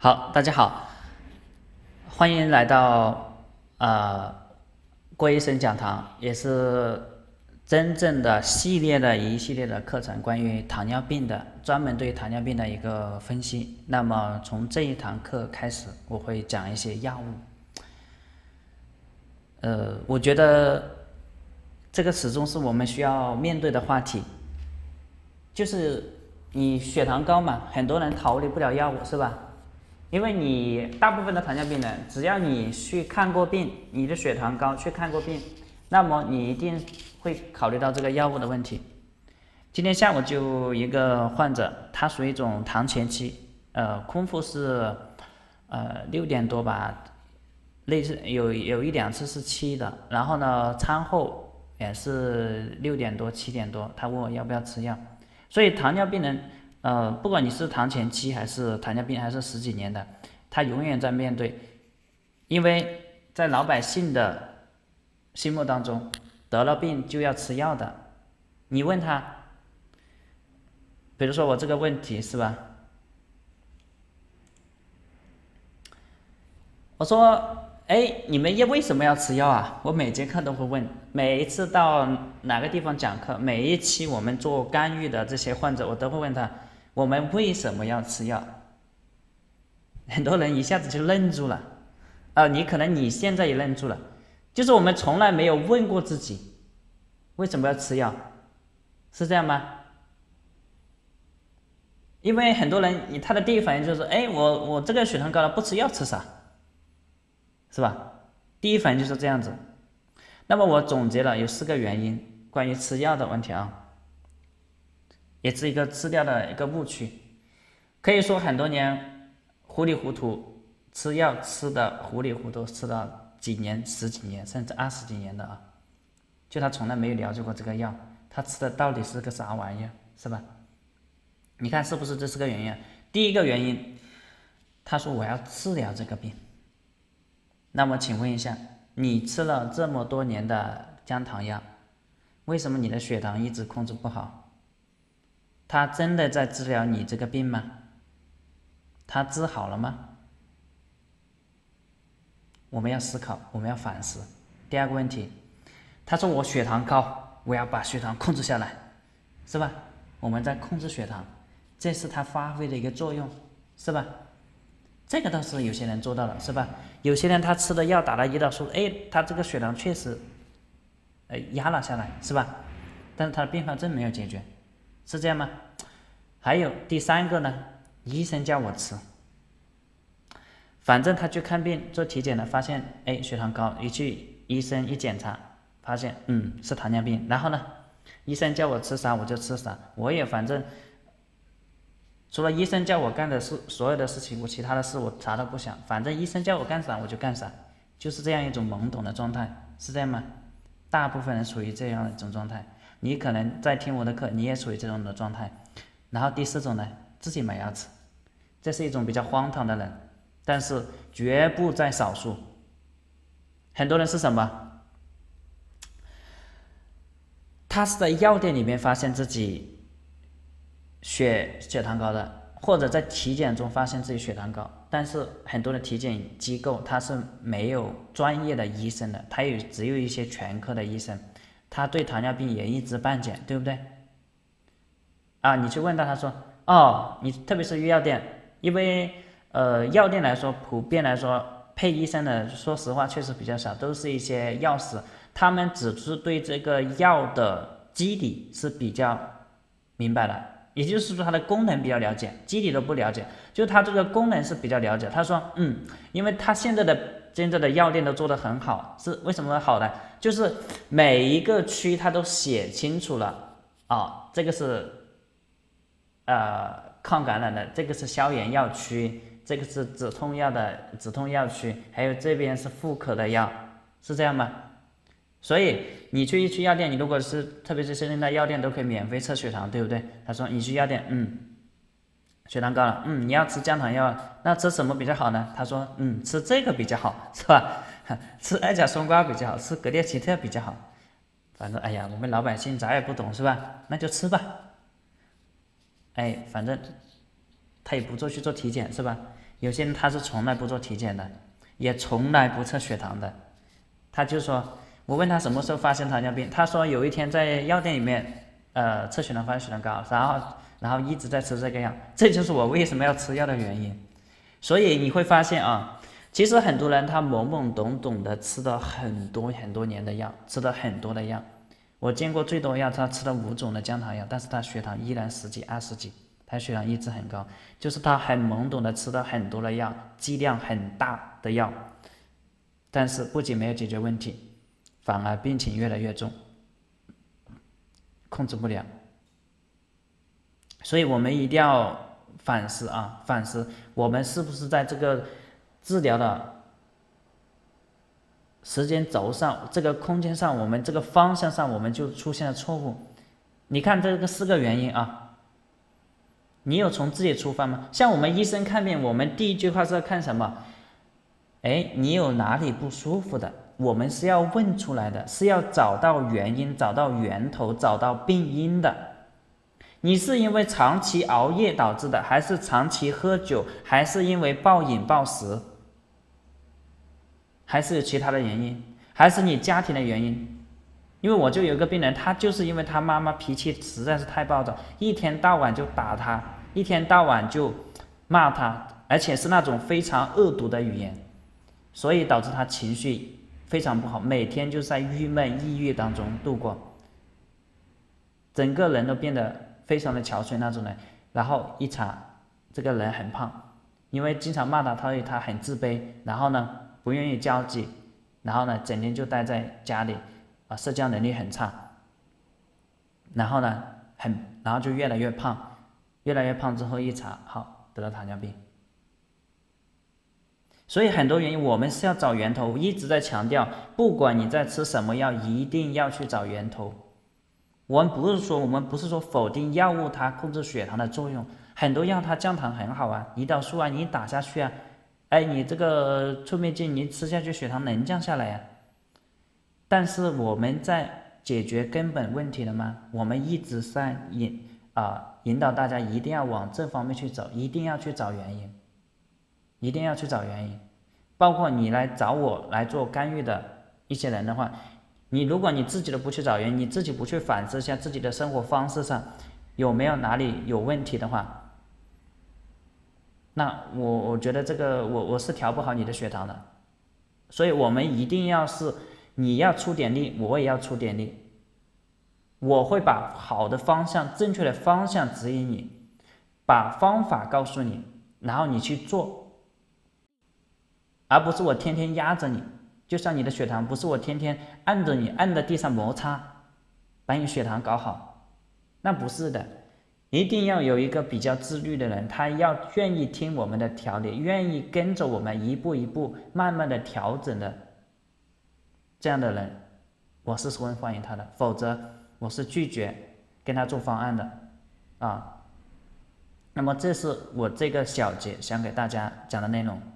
好，大家好，欢迎来到郭医生讲堂，也是真正的一系列的课程，关于糖尿病的，专门对糖尿病的一个分析。那么从这一堂课开始，我会讲一些药物。我觉得这个始终是我们需要面对的话题，就是你血糖高嘛，很多人逃离不了药物，是吧？因为你大部分的糖尿病人，只要你去看过病，你的血糖高去看过病，那么你一定会考虑到这个药物的问题。今天下午就一个患者，他属于一种糖前期，空腹是6点多吧，类似有一两次是7的，然后呢餐后也是6点多7点多，他问我要不要吃药。所以糖尿病人，不管你是糖前期还是糖尿病还是十几年的，他永远在面对，因为在老百姓的心目当中，得了病就要吃药的。你问他，比如说我这个问题是吧？我说，哎，你们为什么要吃药啊？我每节课都会问，每一次到哪个地方讲课，每一期我们做干预的这些患者，我都会问他，我们为什么要吃药？很多人一下子就愣住了，你可能你现在也愣住了，就是我们从来没有问过自己，为什么要吃药，是这样吗？因为很多人他的第一反应就是，哎，我这个血糖高了，不吃药吃啥？是吧？第一反应就是这样子。那么我总结了有4个原因，关于吃药的问题啊，也是一个吃药的一个误区。可以说很多年糊里糊涂吃药吃的糊里糊涂，吃了几年、10几年甚至20几年的啊，就他从来没有了解过这个药，他吃的到底是个啥玩意儿，是吧？你看是不是这4个原因？第一个原因，他说我要治疗这个病。那么请问一下，你吃了这么多年的降糖药，为什么你的血糖一直控制不好？他真的在治疗你这个病吗？他治好了吗？我们要思考，我们要反思。第二个问题，他说我血糖高，我要把血糖控制下来，是吧？我们在控制血糖，这是他发挥的一个作用，是吧？这个倒是有些人做到了，是吧？有些人他吃的药打了胰岛素，哎，他这个血糖确实，压了下来，是吧？但是他的并发症没有解决，是这样吗？还有第3个呢，医生叫我吃，反正他去看病做体检了，发现哎血糖高，医生一检查，发现是糖尿病，然后呢，医生叫我吃啥我就吃啥，我也反正除了医生叫我干的事，所有的事情我其他的事我啥都不想，反正医生叫我干啥我就干啥，就是这样一种懵懂的状态，是这样吗？大部分人处于这样一种状态，你可能在听我的课，你也处于这种的状态。然后第4种呢，自己买药吃，这是一种比较荒唐的人，但是绝不在少数。很多人是什么？他是在药店里面发现自己血糖高的，或者在体检中发现自己血糖高，但是很多的体检机构他是没有专业的医生的，他只有一些全科的医生，他对糖尿病也一知半解，对不对？你去问他说，哦，你特别是药店，因为药店来说，普遍来说配医生的，说实话确实比较少，都是一些药师，他们只是对这个药的机理是比较明白的，也就是说它的功能比较了解，机理都不了解，就它这个功能是比较了解。他说，因为他现在的药店都做得很好，是为什么好呢？就是每一个区他都写清楚了这个是抗感染的，这个是消炎药区，这个是止痛药的止痛药区，还有这边是妇科的药，是这样吗？所以你去药店，你如果是特别是现在药店都可以免费测血糖，对不对？他说你去药店，血糖高了，你要吃降糖药，那吃什么比较好呢？他说，吃这个比较好，是吧？吃艾甲松苷比较好，吃格列齐特比较好。反正哎呀，我们老百姓啥也不懂，是吧？那就吃吧。哎，反正他也不去做体检，是吧？ 有些人他是从来不做体检的，也从来不测血糖的，他就说，我问他什么时候发现糖尿病，他说有一天在药店里面，测血糖发现血糖高，然后一直在吃这个药，这就是我为什么要吃药的原因。所以你会发现啊，其实很多人他懵懵懂懂的吃了很多年的药，吃了很多的药。我见过最多药，他吃了5种的降糖药，但是他血糖依然10几、20几，他血糖一直很高，就是他很懵懂的吃了很多的药，剂量很大的药，但是不仅没有解决问题，反而病情越来越重，控制不了。所以我们一定要反思啊，反思我们是不是在这个治疗的时间轴上，这个空间上，我们这个方向上，我们就出现了错误。你看这个4个原因啊，你有从自己出发吗？像我们医生看病，我们第一句话是要看什么？哎，你有哪里不舒服的？我们是要问出来的，是要找到原因，找到源头，找到病因的。你是因为长期熬夜导致的，还是长期喝酒，还是因为暴饮暴食，还是有其他的原因，还是你家庭的原因？因为我就有一个病人，他就是因为他妈妈脾气实在是太暴躁，一天到晚就打他，一天到晚就骂他，而且是那种非常恶毒的语言，所以导致他情绪非常不好，每天就在郁闷抑郁当中度过，整个人都变得非常的憔悴那种人。然后一查，这个人很胖，因为经常骂他，所以他很自卑，然后呢不愿意交际，然后呢整天就待在家里，社交能力很差，然后呢然后就越来越胖，越来越胖之后一查，好，得了糖尿病。所以很多原因我们是要找源头，一直在强调，不管你在吃什么药，一定要去找源头。我们不是说否定药物它控制血糖的作用，很多药它降糖很好啊，胰岛素啊你打下去啊，哎你这个促命剂你吃下去血糖能降下来啊。但是我们在解决根本问题了吗？我们一直在引导大家一定要往这方面去走，一定要去找原因，一定要去找原因。包括你来找我来做干预的一些人的话，如果你自己都不去找原因，你自己不去反思一下自己的生活方式上有没有哪里有问题的话，那我觉得这个我是调不好你的血糖的。所以我们一定要是你要出点力，我也要出点力，我会把好的方向、正确的方向指引你，把方法告诉你，然后你去做，而不是我天天压着你。就像你的血糖，不是我天天按着你，按在地上摩擦，把你血糖搞好，那不是的。一定要有一个比较自律的人，他要愿意听我们的调理，愿意跟着我们一步一步慢慢的调整的，这样的人我是十分欢迎他的，否则我是拒绝跟他做方案的啊。那么这是我这个小节想给大家讲的内容。